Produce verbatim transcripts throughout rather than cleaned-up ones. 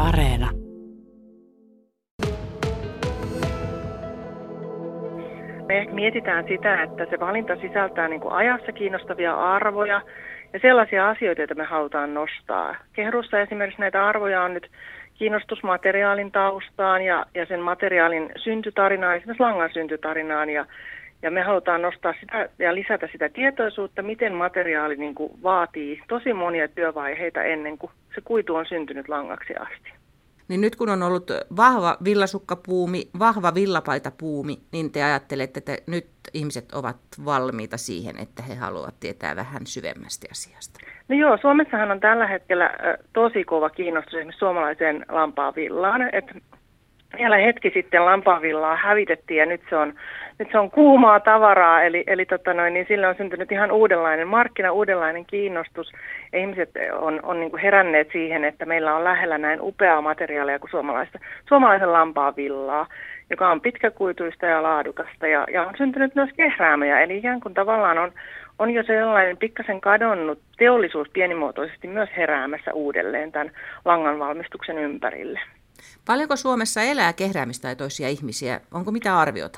Areena. Me mietitään sitä, että se valinta sisältää niin kuin ajassa kiinnostavia arvoja ja sellaisia asioita, joita me halutaan nostaa. Kehruussa esimerkiksi näitä arvoja on nyt kiinnostus materiaalin taustaan ja, ja sen materiaalin syntytarinaan, esimerkiksi langan syntytarinaan. Ja, ja me halutaan nostaa sitä ja lisätä sitä tietoisuutta, miten materiaali niin kuin vaatii tosi monia työvaiheita ennen kuin se kuitu on syntynyt langaksi asti. Niin nyt kun on ollut vahva villasukkapuumi, vahva villapaitapuumi, niin te ajattelette, että nyt ihmiset ovat valmiita siihen, että he haluavat tietää vähän syvemmästi asiasta? No joo, Suomessahan on tällä hetkellä tosi kova kiinnostus esimerkiksi suomalaiseen lampaavillaan. Et vielä hetki sitten lampaavillaa hävitettiin ja nyt se on, nyt se on kuumaa tavaraa, eli, eli tota noin, niin sillä on syntynyt ihan uudenlainen markkina, uudenlainen kiinnostus. Ja ihmiset on, on niin kuin heränneet siihen, että meillä on lähellä näin upeaa materiaalia kuin suomalaista, suomalaisen lampaavillaa, joka on pitkäkuituista ja laadukasta ja, ja on syntynyt myös kehräämöjä. Eli ikään kuin tavallaan on, on jo sellainen pikkasen kadonnut teollisuus pienimuotoisesti myös heräämässä uudelleen tämän langan valmistuksen ympärille. Paljonko Suomessa elää kehräämistaitoisia ihmisiä? Onko mitä arviota?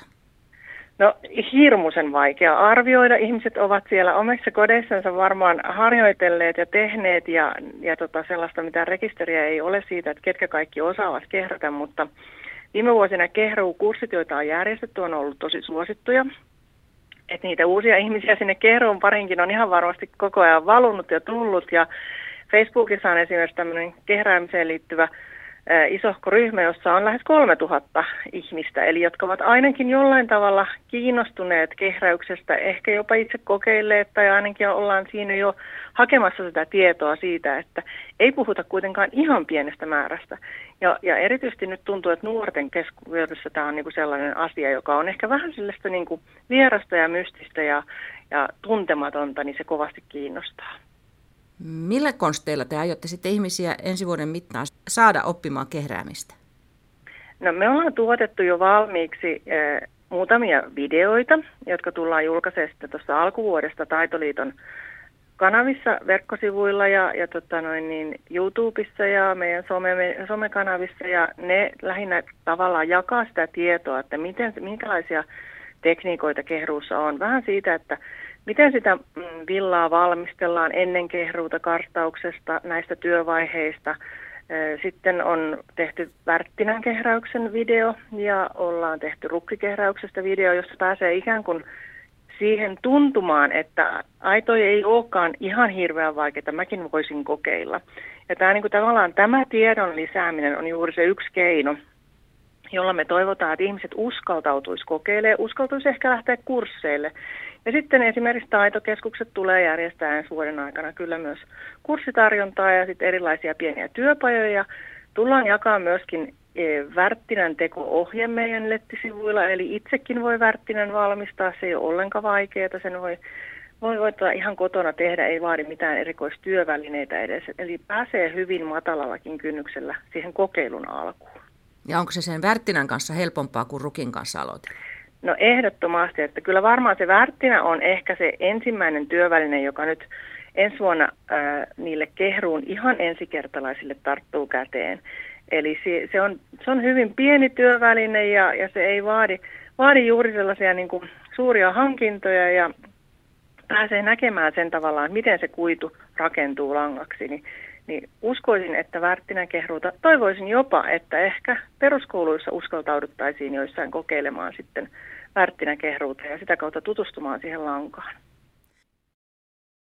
No hirmuisen vaikea arvioida. Ihmiset ovat siellä omissa kodeissansa varmaan harjoitelleet ja tehneet ja, ja tota sellaista mitään rekisteriä ei ole siitä, että ketkä kaikki osaavat kehrätä, mutta viime vuosina kehruukurssit, joita on järjestetty, on ollut tosi suosittuja. Että niitä uusia ihmisiä sinne kehruun parinkin on ihan varmasti koko ajan valunut ja tullut ja Facebookissa on esimerkiksi tämmöinen kehräämiseen liittyvä isohko ryhmä, jossa on lähes kolmetuhatta ihmistä, eli jotka ovat ainakin jollain tavalla kiinnostuneet kehräyksestä, ehkä jopa itse kokeilleet tai ainakin ollaan siinä jo hakemassa sitä tietoa siitä, että ei puhuta kuitenkaan ihan pienestä määrästä. Ja, ja erityisesti nyt tuntuu, että nuorten keskuudessa tämä on niinku sellainen asia, joka on ehkä vähän sellaista niinku vierasta ja mystistä ja, ja tuntematonta, niin se kovasti kiinnostaa. Millä konsteilla te aiotte sitten ihmisiä ensi vuoden mittaan saada oppimaan kehräämistä? No me ollaan tuotettu jo valmiiksi eh, muutamia videoita, jotka tullaan julkaisemaan sitten tuossa alkuvuodesta Taitoliiton kanavissa, verkkosivuilla ja, ja tota noin niin, YouTubessa ja meidän some, me, somekanavissa. Ja ne lähinnä tavallaan jakaa sitä tietoa, että miten, minkälaisia tekniikoita kehruussa on. Vähän siitä, että miten sitä villaa valmistellaan ennen kehruuta karttauksesta, näistä työvaiheista. Sitten on tehty värttinän kehräyksen video ja ollaan tehty rukkikehräyksestä video, jossa pääsee ikään kuin siihen tuntumaan, että aitoja ei olekaan ihan hirveän vaikeaa, mäkin voisin kokeilla. Ja tämä, niin kuin tavallaan tämä tiedon lisääminen on juuri se yksi keino, jolla me toivotaan, että ihmiset uskaltautuisi kokeilemaan, uskaltuisi ehkä lähteä kursseille. Ja sitten esimerkiksi taitokeskukset tulee järjestää ensi vuoden aikana kyllä myös kurssitarjontaa ja sitten erilaisia pieniä työpajoja. Tullaan jakaa myöskin värttinän teko-ohje meidän nettisivuilla, eli itsekin voi värttinän valmistaa, se ei ole ollenkaan vaikeaa, sen voi, voi, voi ihan kotona tehdä, ei vaadi mitään erikoistyövälineitä edes, eli pääsee hyvin matalallakin kynnyksellä siihen kokeilun alkuun. Ja onko se sen värttinän kanssa helpompaa kuin rukin kanssa aloitella? No ehdottomasti, että kyllä varmaan se värttinä on ehkä se ensimmäinen työväline, joka nyt ensi vuonna ää, niille kehruun ihan ensikertalaisille tarttuu käteen. Eli se, se, on, se on hyvin pieni työväline ja, ja se ei vaadi, vaadi juuri sellaisia niin kuin suuria hankintoja ja pääsee näkemään sen tavallaan, miten se kuitu rakentuu langaksi. Niin, niin uskoisin, että värttinän kehruuta, toivoisin jopa, että ehkä peruskouluissa uskaltauduttaisiin joissain kokeilemaan sitten värttinän kehruuta ja sitä kautta tutustumaan siihen lankaan.